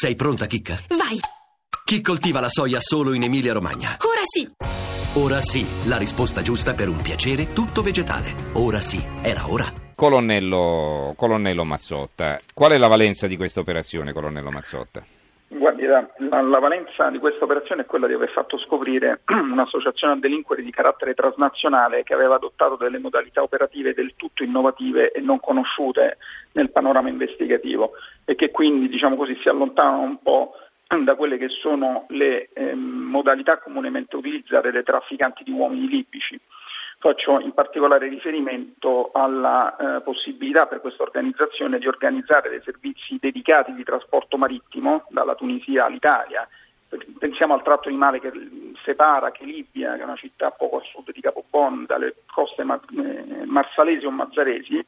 Sei pronta, Chicca? Vai! Chi coltiva la soia solo in Emilia-Romagna? Ora sì! Ora sì, la risposta giusta per un piacere tutto vegetale. Ora sì, era ora. Colonnello Mazzotta, qual è la valenza di questa operazione, colonnello Mazzotta? Guardi, la valenza di questa operazione è quella di aver fatto scoprire un'associazione a delinquere di carattere transnazionale che aveva adottato delle modalità operative del tutto innovative e non conosciute nel panorama investigativo e che quindi, diciamo così, si allontanano un po' da quelle che sono le modalità comunemente utilizzate dai trafficanti di uomini libici. Faccio in particolare riferimento alla possibilità per questa organizzazione di organizzare dei servizi dedicati di trasporto marittimo dalla Tunisia all'Italia. Pensiamo al tratto di mare che separa Libia, che è una città poco a sud di Capobon, dalle coste marsalesi o mazzaresi,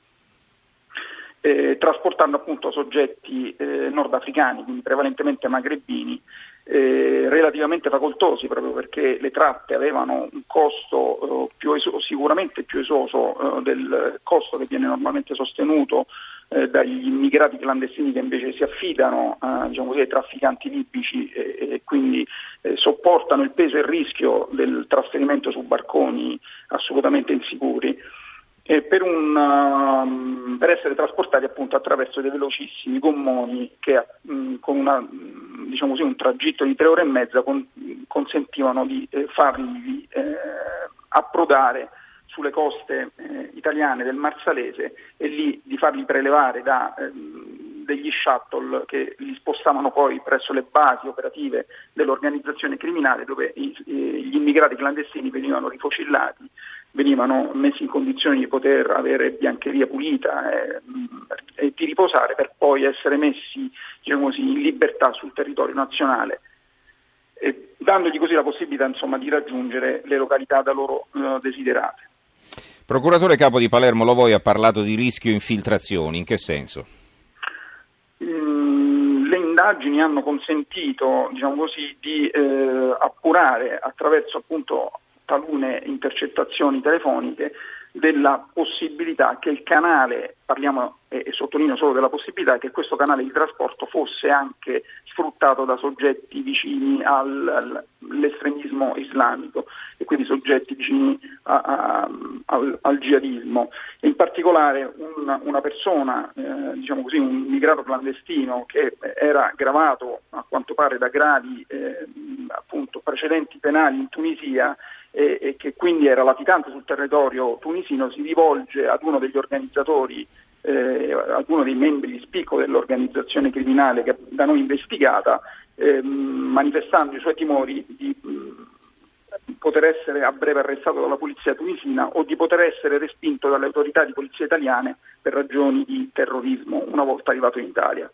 trasportando appunto soggetti nordafricani, quindi prevalentemente magrebini, relativamente facoltosi, proprio perché le tratte avevano un costo sicuramente più esoso del costo che viene normalmente sostenuto dagli immigrati clandestini che invece si affidano diciamo così, ai trafficanti libici e quindi sopportano il peso e il rischio del trasferimento su barconi assolutamente insicuri. Per essere trasportati appunto attraverso dei velocissimi gommoni che con un tragitto di 3 ore e mezza consentivano di farli approdare sulle coste italiane del Mar Salese e lì di farli prelevare da degli shuttle che li spostavano poi presso le basi operative dell'organizzazione criminale, dove gli immigrati clandestini venivano rifocillati, venivano messi in condizioni di poter avere biancheria pulita e di riposare per poi essere messi, diciamo così, in libertà sul territorio nazionale, dandogli così la possibilità di raggiungere le località da loro desiderate. Procuratore capo di Palermo Lovoi ha parlato di rischio infiltrazioni, in che senso? Le indagini hanno consentito, di appurare attraverso appunto talune intercettazioni telefoniche della possibilità che il canale, parliamo e sottolineo solo della possibilità, che questo canale di trasporto fosse anche sfruttato da soggetti vicini all'estremismo islamico e quindi soggetti vicini al jihadismo. In particolare una persona, un immigrato clandestino che era gravato a quanto pare da gravi precedenti penali in Tunisia e che quindi era latitante sul territorio tunisino, si rivolge ad uno degli organizzatori, ad uno dei membri di spicco dell'organizzazione criminale che da noi investigata, manifestando i suoi timori di poter essere a breve arrestato dalla polizia tunisina o di poter essere respinto dalle autorità di polizia italiane per ragioni di terrorismo una volta arrivato in Italia.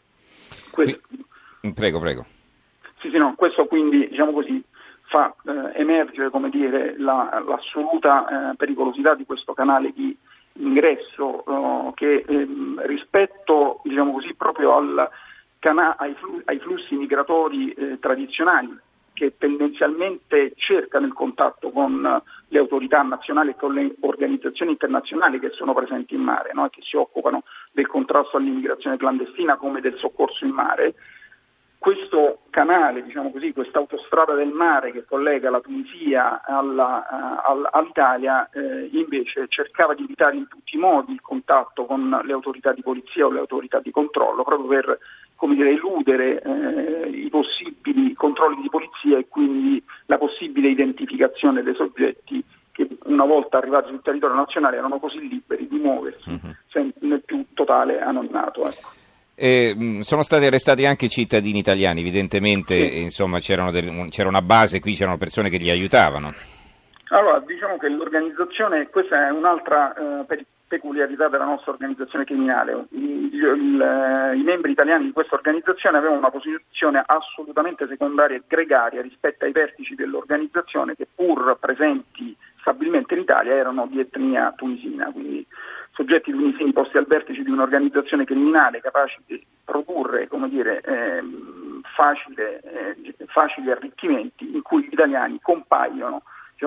Prego. Questo quindi, fa emergere, l'assoluta pericolosità di questo canale di ingresso che rispetto, proprio ai flussi migratori tradizionali che tendenzialmente cercano il contatto con le autorità nazionali e con le organizzazioni internazionali che sono presenti in mare, che si occupano del contrasto all'immigrazione clandestina come del soccorso in mare. Questo canale, questa autostrada del mare che collega la Tunisia all'Italia, invece cercava di evitare in tutti i modi il contatto con le autorità di polizia o le autorità di controllo, proprio per eludere i possibili controlli di polizia e quindi la possibile identificazione dei soggetti che una volta arrivati sul territorio nazionale erano così liberi di muoversi nel più totale anonimato. Ecco. Sono stati arrestati anche cittadini italiani, evidentemente c'era una base, qui c'erano persone che li aiutavano. Allora, diciamo che l'organizzazione, questa è un'altra peculiarità della nostra organizzazione criminale. I membri italiani di questa organizzazione avevano una posizione assolutamente secondaria e gregaria rispetto ai vertici dell'organizzazione che, pur presenti stabilmente in Italia, erano di etnia tunisina, quindi soggetti tunisini posti al vertice di un'organizzazione criminale capace di produrre, facili arricchimenti in cui gli italiani compaiono,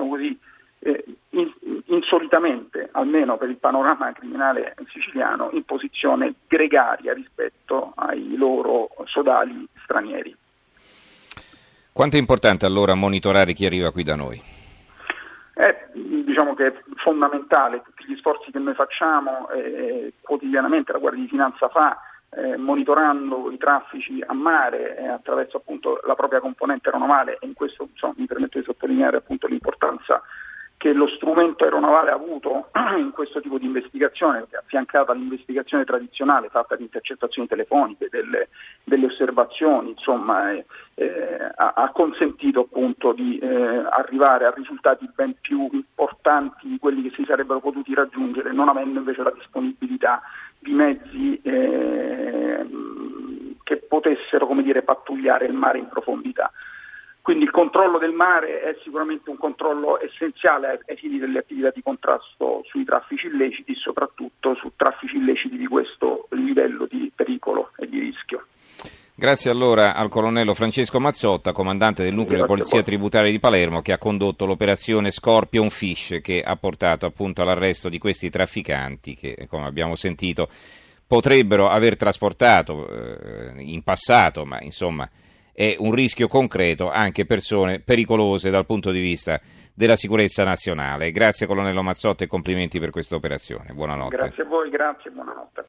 insolitamente, almeno per il panorama criminale siciliano, in posizione gregaria rispetto ai loro sodali stranieri. Quanto è importante allora monitorare chi arriva qui da noi? Diciamo che è fondamentale, tutti gli sforzi che noi facciamo quotidianamente, la Guardia di Finanza fa, monitorando i traffici a mare attraverso appunto la propria componente aeronavale, e in questo mi permetto di sottolineare appunto l'importanza che lo strumento aeronavale ha avuto in questo tipo di investigazione, che è affiancata all'investigazione tradizionale fatta di intercettazioni telefoniche, delle osservazioni, insomma, ha consentito appunto di arrivare a risultati ben più importanti di quelli che si sarebbero potuti raggiungere non avendo invece la disponibilità di mezzi che potessero, come dire, pattugliare il mare in profondità. Quindi il controllo del mare è sicuramente un controllo essenziale ai fini delle attività di contrasto sui traffici illeciti, soprattutto su traffici illeciti di questo livello di pericolo e di rischio. Grazie allora al colonnello Francesco Mazzotta, comandante del nucleo di polizia tributaria di Palermo, che ha condotto l'operazione Scorpion Fish, che ha portato appunto all'arresto di questi trafficanti che, come abbiamo sentito, potrebbero aver trasportato in passato, ma insomma è un rischio concreto, anche persone pericolose dal punto di vista della sicurezza nazionale. Grazie colonnello Mazzotta e complimenti per questa operazione. Buonanotte. Grazie a voi, grazie e buonanotte.